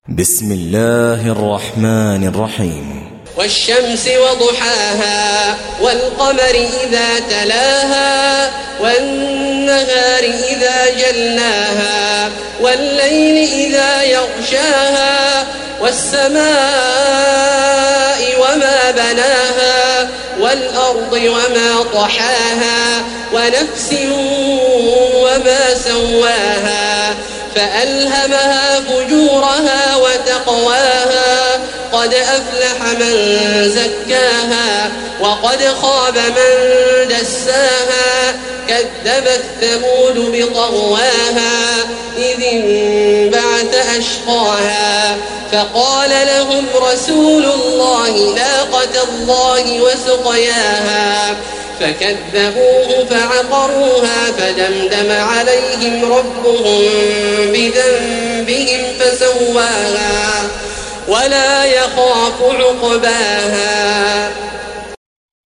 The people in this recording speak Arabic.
بسم الله الرحمن الرحيم. والشمس وضحاها والقمر إذا تلاها والنهار إذا جلاها والليل إذا يغشاها والسماء وما بناها والأرض وما طحاها ونفس وما سواها فألهمها فجورها وتقواها قد أفلح من زكاها وقد خاب من دساها كذبت ثمود بطغواها إذ انبعث أشقاها فقال لهم رسول الله ناقة الله وسقياها فكذبوه فعقروها فدمدم عليهم ربهم بذنبهم فسواها ولا يخاف عقباها.